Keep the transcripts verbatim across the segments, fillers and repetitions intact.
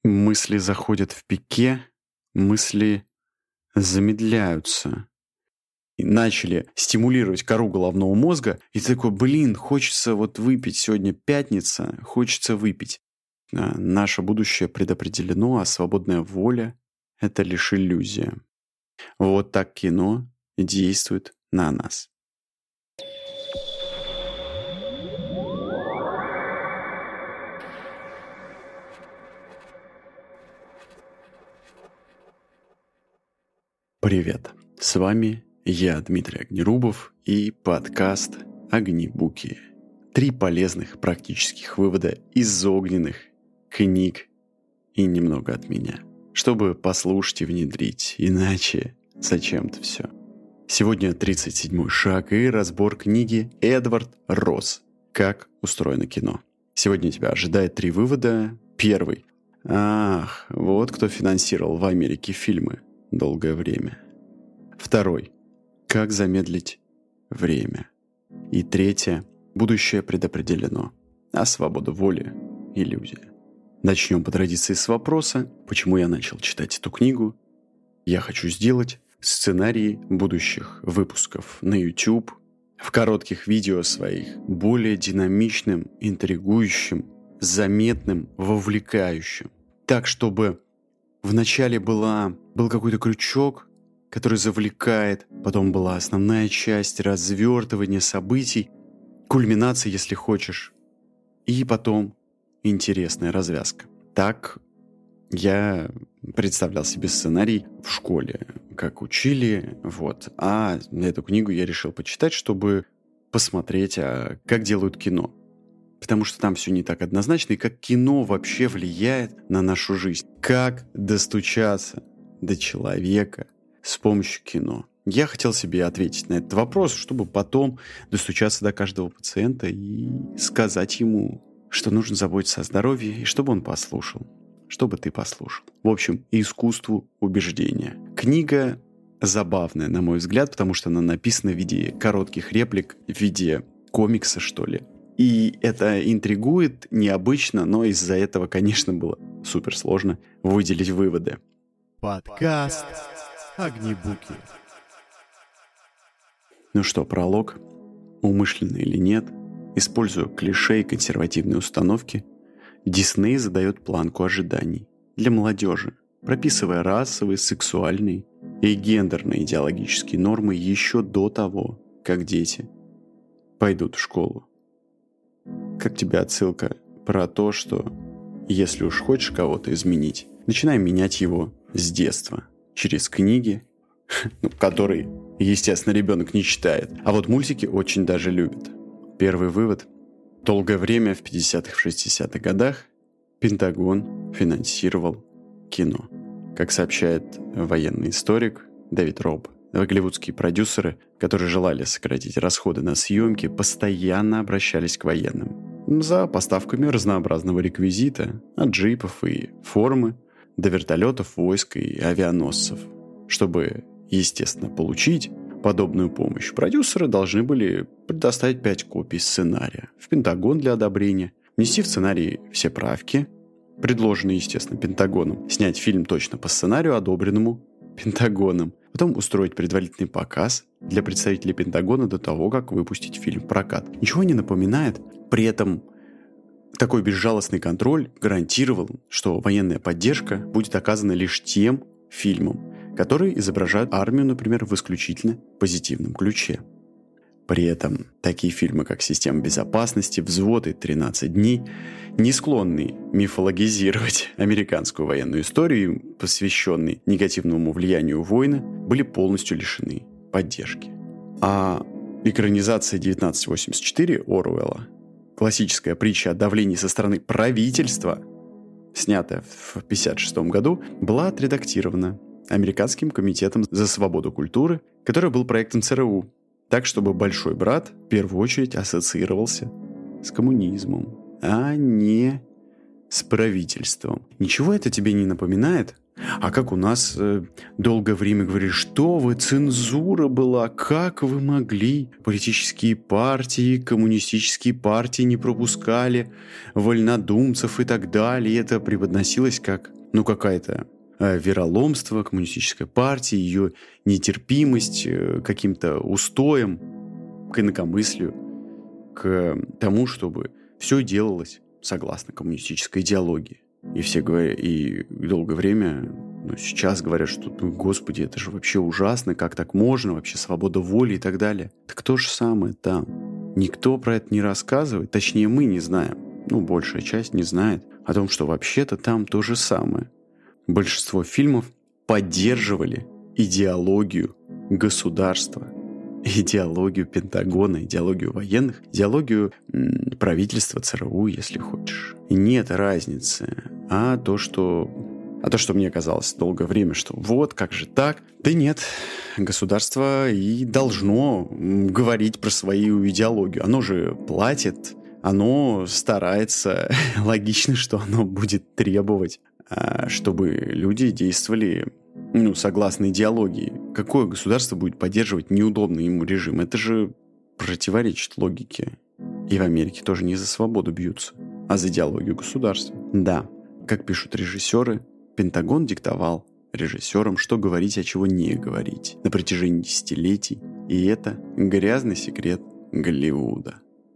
Мысли заходят в пике, мысли замедляются. И начали стимулировать кору головного мозга. И ты такой, блин, хочется вот выпить. Сегодня пятница, хочется выпить. А наше будущее предопределено, а свободная воля — это лишь иллюзия. Вот так кино действует на нас. Привет, с вами я, Дмитрий Огнерубов, и подкаст «Огнебуки». Три полезных практических вывода из огненных книг и немного от меня, чтобы послушать и внедрить, иначе зачем-то все. Сегодня тридцать седьмой шаг и разбор книги Эдвард Росс «Как устроено кино». Сегодня тебя ожидает три вывода. Первый. Ах, вот кто финансировал в Америке фильмы долгое время. Второй. Как замедлить время. И третье. Будущее предопределено, а свобода воли – иллюзия. Начнем по традиции с вопроса, почему я начал читать эту книгу. Я хочу сделать сценарии будущих выпусков на YouTube, в коротких видео своих, более динамичным, интригующим, заметным, вовлекающим. Так, чтобы вначале была, был какой-то крючок, который завлекает, потом была основная часть развертывания событий, кульминация, если хочешь, и потом интересная развязка. Так я представлял себе сценарий в школе, как учили, вот. А эту книгу я решил почитать, чтобы посмотреть, а как делают кино. Потому что там все не так однозначно, и как кино вообще влияет на нашу жизнь. Как достучаться до человека с помощью кино. Я хотел себе ответить на этот вопрос, чтобы потом достучаться до каждого пациента и сказать ему, что нужно заботиться о здоровье, и чтобы он послушал. Чтобы ты послушал. В общем, искусству убеждения. Книга забавная, на мой взгляд, потому что она написана в виде коротких реплик, в виде комикса, что ли. И это интригует необычно, но из-за этого, конечно, было суперсложно выделить выводы. Подкаст «Огнебуки». Ну что, пролог? Умышленно или нет, используя клише и консервативные установки, Дисней задает планку ожиданий для молодежи, прописывая расовые, сексуальные и гендерные идеологические нормы еще до того, как дети пойдут в школу. Как тебе отсылка про то, что если уж хочешь кого-то изменить, начинай менять его с детства, через книги, ну, которые, естественно, ребенок не читает, а вот мультики очень даже любит. Первый вывод. Долгое время в пятидесятых, в шестидесятых годах Пентагон финансировал кино. Как сообщает военный историк Дэвид Роб, голливудские продюсеры, которые желали сократить расходы на съемки, постоянно обращались к военным за поставками разнообразного реквизита, от джипов и формы до вертолетов, войск и авианосцев. Чтобы, естественно, получить подобную помощь, продюсеры должны были предоставить пять копий сценария в Пентагон для одобрения, внести в сценарий все правки, предложенные, естественно, Пентагоном, снять фильм точно по сценарию, одобренному Пентагоном, потом устроить предварительный показ для представителей Пентагона до того, как выпустить фильм в прокат. Ничего не напоминает. При этом такой безжалостный контроль гарантировал, что военная поддержка будет оказана лишь тем фильмам, которые изображают армию, например, в исключительно позитивном ключе. При этом такие фильмы, как «Система безопасности», «Взвод» и «тринадцать дней», не склонные мифологизировать американскую военную историю, посвященные негативному влиянию войны, были полностью лишены поддержки. А экранизация тысяча девятьсот восемьдесят четыре Оруэлла, классическая притча о давлении со стороны правительства, снятая в пятьдесят шестом году, была отредактирована Американским комитетом за свободу культуры, который был проектом ЦРУ, так, чтобы «Большой брат» в первую очередь ассоциировался с коммунизмом, а не с правительством. Ничего это тебе не напоминает? А как у нас э, долгое время говорили, что вы, цензура была, как вы могли? Политические партии, коммунистические партии не пропускали вольнодумцев и так далее. И это преподносилось как, ну, какая-то э, вероломство коммунистической партии, ее нетерпимость э, к каким-то устоям, к инакомыслию, к тому, чтобы все делалось согласно коммунистической идеологии. И все говорят, и долгое время, ну, сейчас говорят, что, ну, господи, это же вообще ужасно, как так можно, вообще свобода воли и так далее. Так то же самое там. Никто про это не рассказывает, точнее, мы не знаем, ну, большая часть не знает о том, что вообще-то там то же самое. Большинство фильмов поддерживали идеологию государства, идеологию Пентагона, идеологию военных, идеологию м, правительства ЦРУ, если хочешь. И нет разницы. А то, что... А то, что мне казалось долгое время, что вот, как же так? Да нет, государство и должно говорить про свою идеологию. Оно же платит, оно старается, логично, что оно будет требовать, чтобы люди действовали, ну, согласно идеологии. Какое государство будет поддерживать неудобный ему режим? Это же противоречит логике. И в Америке тоже не за свободу бьются, а за идеологию государства. Да, как пишут режиссеры, Пентагон диктовал режиссерам, что говорить, а чего не говорить на протяжении десятилетий. И это грязный секрет Голливуда.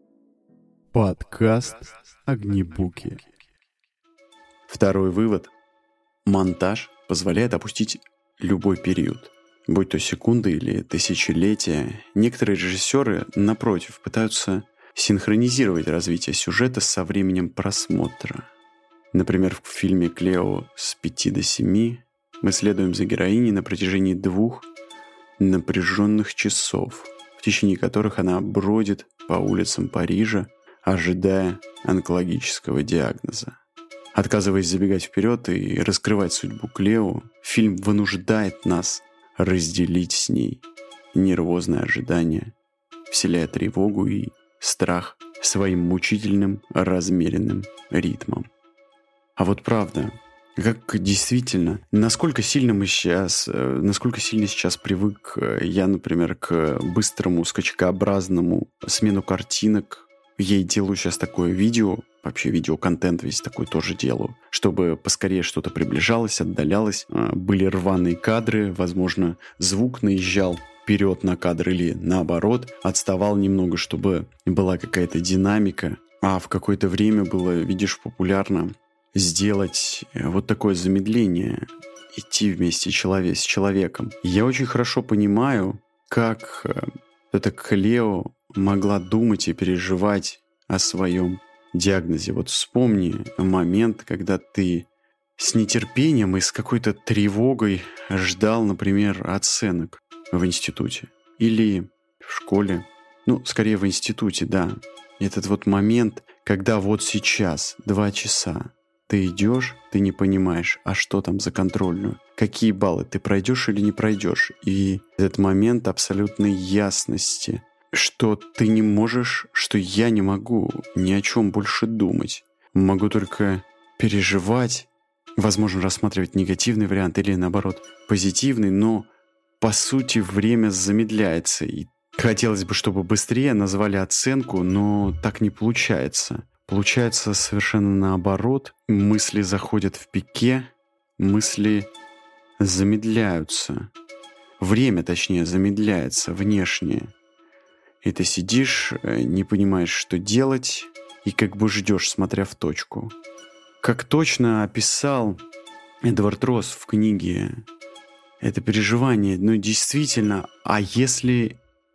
Подкаст «Огнебуки». Второй вывод. Монтаж позволяет опустить любой период, будь то секунды или тысячелетия. Некоторые режиссеры, напротив, пытаются синхронизировать развитие сюжета со временем просмотра. Например, в фильме «Клео» с пяти до семи мы следуем за героиней на протяжении двух напряженных часов, в течение которых она бродит по улицам Парижа, ожидая онкологического диагноза. Отказываясь забегать вперед и раскрывать судьбу Клео, фильм вынуждает нас разделить с ней нервозное ожидание, вселяя тревогу и страх своим мучительным, размеренным ритмом. А вот правда, как действительно, насколько сильно мы сейчас, насколько сильно сейчас привык я, например, к быстрому, скачкообразному смену картинок. Я и делаю сейчас такое видео, вообще видеоконтент весь такой тоже делаю, чтобы поскорее что-то приближалось, отдалялось, были рваные кадры, возможно, звук наезжал вперед на кадр или наоборот, отставал немного, чтобы была какая-то динамика. А в какое-то время было, видишь, популярно сделать вот такое замедление, идти вместе человек, с человеком. Я очень хорошо понимаю, как эта Клео могла думать и переживать о своем диагнозе. Вот вспомни момент, когда ты с нетерпением и с какой-то тревогой ждал, например, оценок в институте или в школе. Ну, скорее в институте, да. Этот вот момент, когда вот сейчас, два часа, ты идешь, ты не понимаешь, а что там за контрольную, какие баллы, ты пройдешь или не пройдешь. И этот момент абсолютной ясности, что ты не можешь, что я не могу ни о чем больше думать. Могу только переживать, возможно, рассматривать негативный вариант или, наоборот, позитивный, но, по сути, время замедляется. И хотелось бы, чтобы быстрее назвали оценку, но так не получается. Получается совершенно наоборот. Мысли заходят в пике, мысли замедляются. Время, точнее, замедляется внешне. И ты сидишь, не понимаешь, что делать, и как бы ждешь, смотря в точку. Как точно описал Эдвард Росс в книге это переживание, ну действительно, а если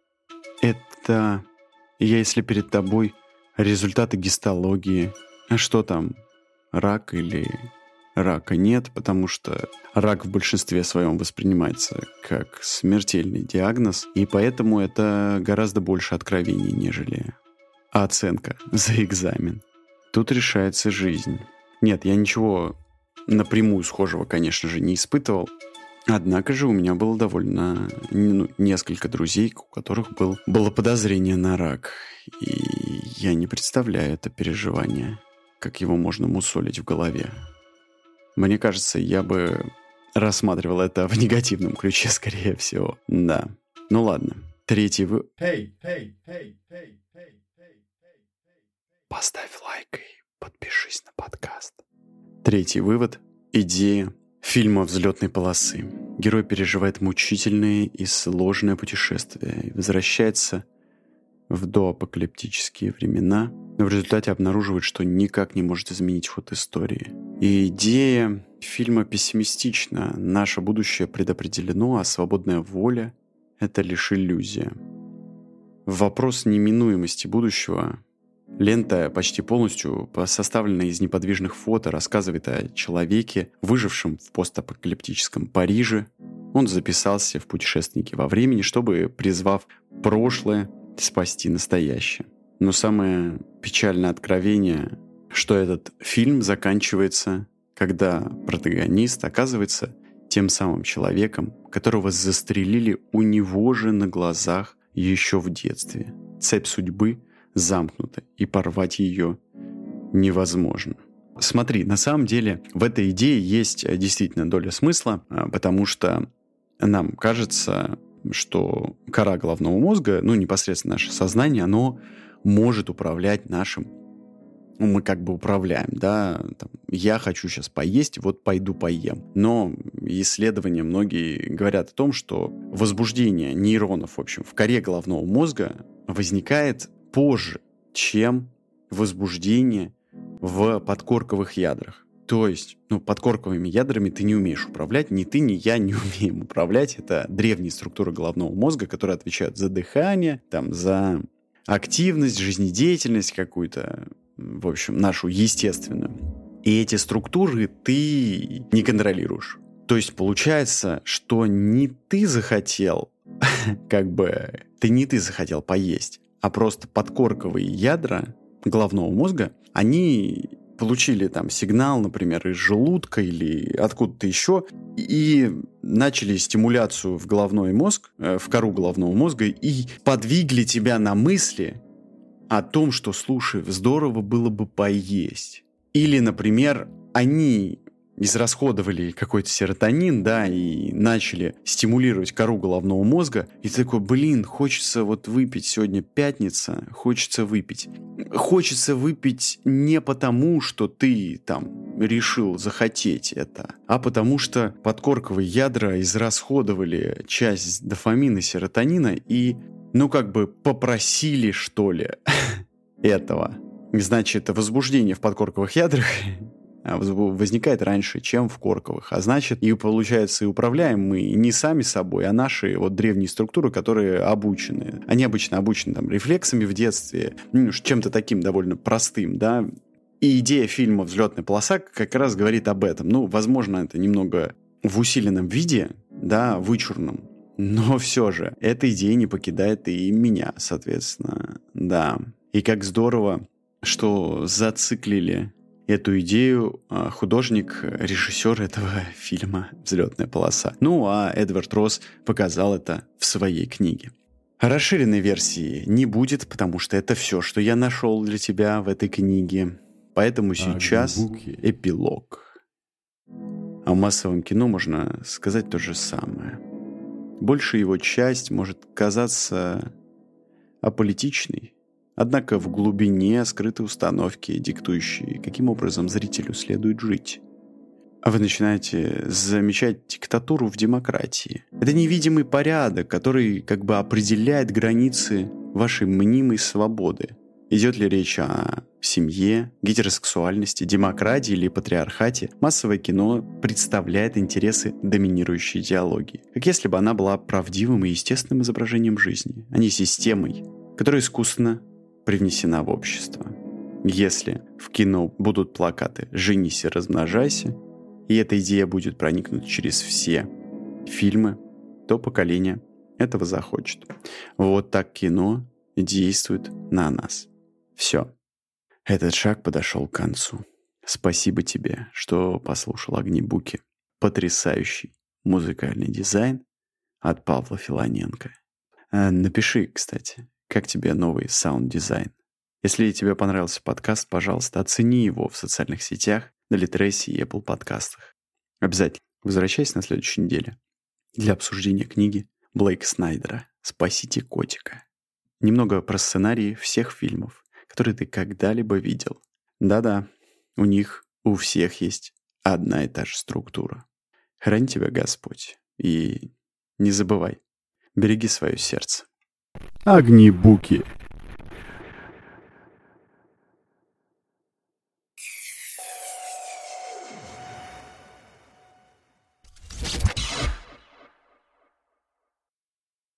это, если перед тобой результаты гистологии, а что там, рак или рака нет, потому что рак в большинстве своем воспринимается как смертельный диагноз, и поэтому это гораздо больше откровений, нежели оценка за экзамен. Тут решается жизнь. Нет, я ничего напрямую схожего, конечно же, не испытывал. Однако же у меня было довольно ну, несколько друзей, у которых был, было подозрение на рак. И я не представляю это переживание, как его можно мусолить в голове. Мне кажется, я бы рассматривал это в негативном ключе, скорее всего. Да. Ну ладно. Третий вы... Hey, hey, hey, hey, hey, hey, hey. Поставь лайк и подпишись на подкаст. Третий вывод. Идея фильма «Взлетной полосы». Герой переживает мучительные и сложные путешествия и возвращается в доапокалиптические времена, но в результате обнаруживает, что никак не может изменить ход истории. И идея фильма пессимистична. Наше будущее предопределено, а свободная воля — это лишь иллюзия. Вопрос неминуемости будущего. Лента почти полностью составлена из неподвижных фото, рассказывает о человеке, выжившем в постапокалиптическом Париже. Он записался в путешественники во времени, чтобы, призвав прошлое, спасти настоящее. Но самое печальное откровение, что этот фильм заканчивается, когда протагонист оказывается тем самым человеком, которого застрелили у него же на глазах еще в детстве. Цепь судьбы замкнута, и порвать ее невозможно. Смотри, на самом деле в этой идее есть действительно доля смысла, потому что нам кажется, что кора головного мозга, ну непосредственно наше сознание, оно может управлять нашим, ну, мы как бы управляем, да, там, я хочу сейчас поесть, вот пойду поем. Но исследования многие говорят о том, что возбуждение нейронов, в общем, в коре головного мозга возникает позже, чем возбуждение в подкорковых ядрах. То есть, ну, подкорковыми ядрами ты не умеешь управлять, ни ты, ни я не умеем управлять. Это древние структуры головного мозга, которые отвечают за дыхание, там, за активность, жизнедеятельность какую-то, в общем, нашу естественную. И эти структуры ты не контролируешь. То есть получается, что не ты захотел, как бы, ты не ты захотел поесть, а просто подкорковые ядра головного мозга, они получили там сигнал, например, из желудка или откуда-то еще, и начали стимуляцию в головной мозг, в кору головного мозга, и подвигли тебя на мысли о том, что, слушай, здорово было бы поесть. Или, например, они израсходовали какой-то серотонин, да, и начали стимулировать кору головного мозга, и ты такой, блин, хочется вот выпить, сегодня пятница, хочется выпить. Хочется выпить не потому, что ты там решил захотеть это, а потому что подкорковые ядра израсходовали часть дофамина, серотонина и, ну, как бы попросили, что ли, этого. Значит, возбуждение в подкорковых ядрах возникает раньше, чем в корковых. А значит, и получается, и управляем мы не сами собой, а наши вот древние структуры, которые обучены. Они обычно обучены там рефлексами в детстве, ну, чем-то таким довольно простым, да. И идея фильма «Взлетная полоса» как раз говорит об этом. Ну, возможно, это немного в усиленном виде, да, вычурном. Но все же, эта идея не покидает и меня, соответственно, да. И как здорово, что зациклили эту идею художник, режиссер этого фильма «Взлетная полоса». Ну, а Эдвард Росс показал это в своей книге. Расширенной версии не будет, потому что это все, что я нашел для тебя в этой книге. Поэтому сейчас эпилог. О массовом кино можно сказать то же самое. Большая его часть может казаться аполитичной, однако в глубине скрыты установки, диктующие, каким образом зрителю следует жить. А вы начинаете замечать диктатуру в демократии. Это невидимый порядок, который как бы определяет границы вашей мнимой свободы. Идет ли речь о семье, гетеросексуальности, демократии или патриархате, массовое кино представляет интересы доминирующей идеологии. Как если бы она была правдивым и естественным изображением жизни, а не системой, которая искусственно привнесена в общество. Если в кино будут плакаты «Женись и размножайся», и эта идея будет проникнута через все фильмы, то поколение этого захочет. Вот так кино действует на нас. Все. Этот шаг подошел к концу. Спасибо тебе, что послушал «Огнебуки». Потрясающий музыкальный дизайн от Павла Филоненко. Напиши, кстати, как тебе новый саунд-дизайн. Если тебе понравился подкаст, пожалуйста, оцени его в социальных сетях, на Литресе и Apple подкастах. Обязательно. Возвращайся на следующей неделе для обсуждения книги Блейка Снайдера «Спасите котика». Немного про сценарии всех фильмов, которые ты когда-либо видел. Да-да, у них у всех есть одна и та же структура. Храни тебя Господь. И не забывай, береги свое сердце. Огнибуки.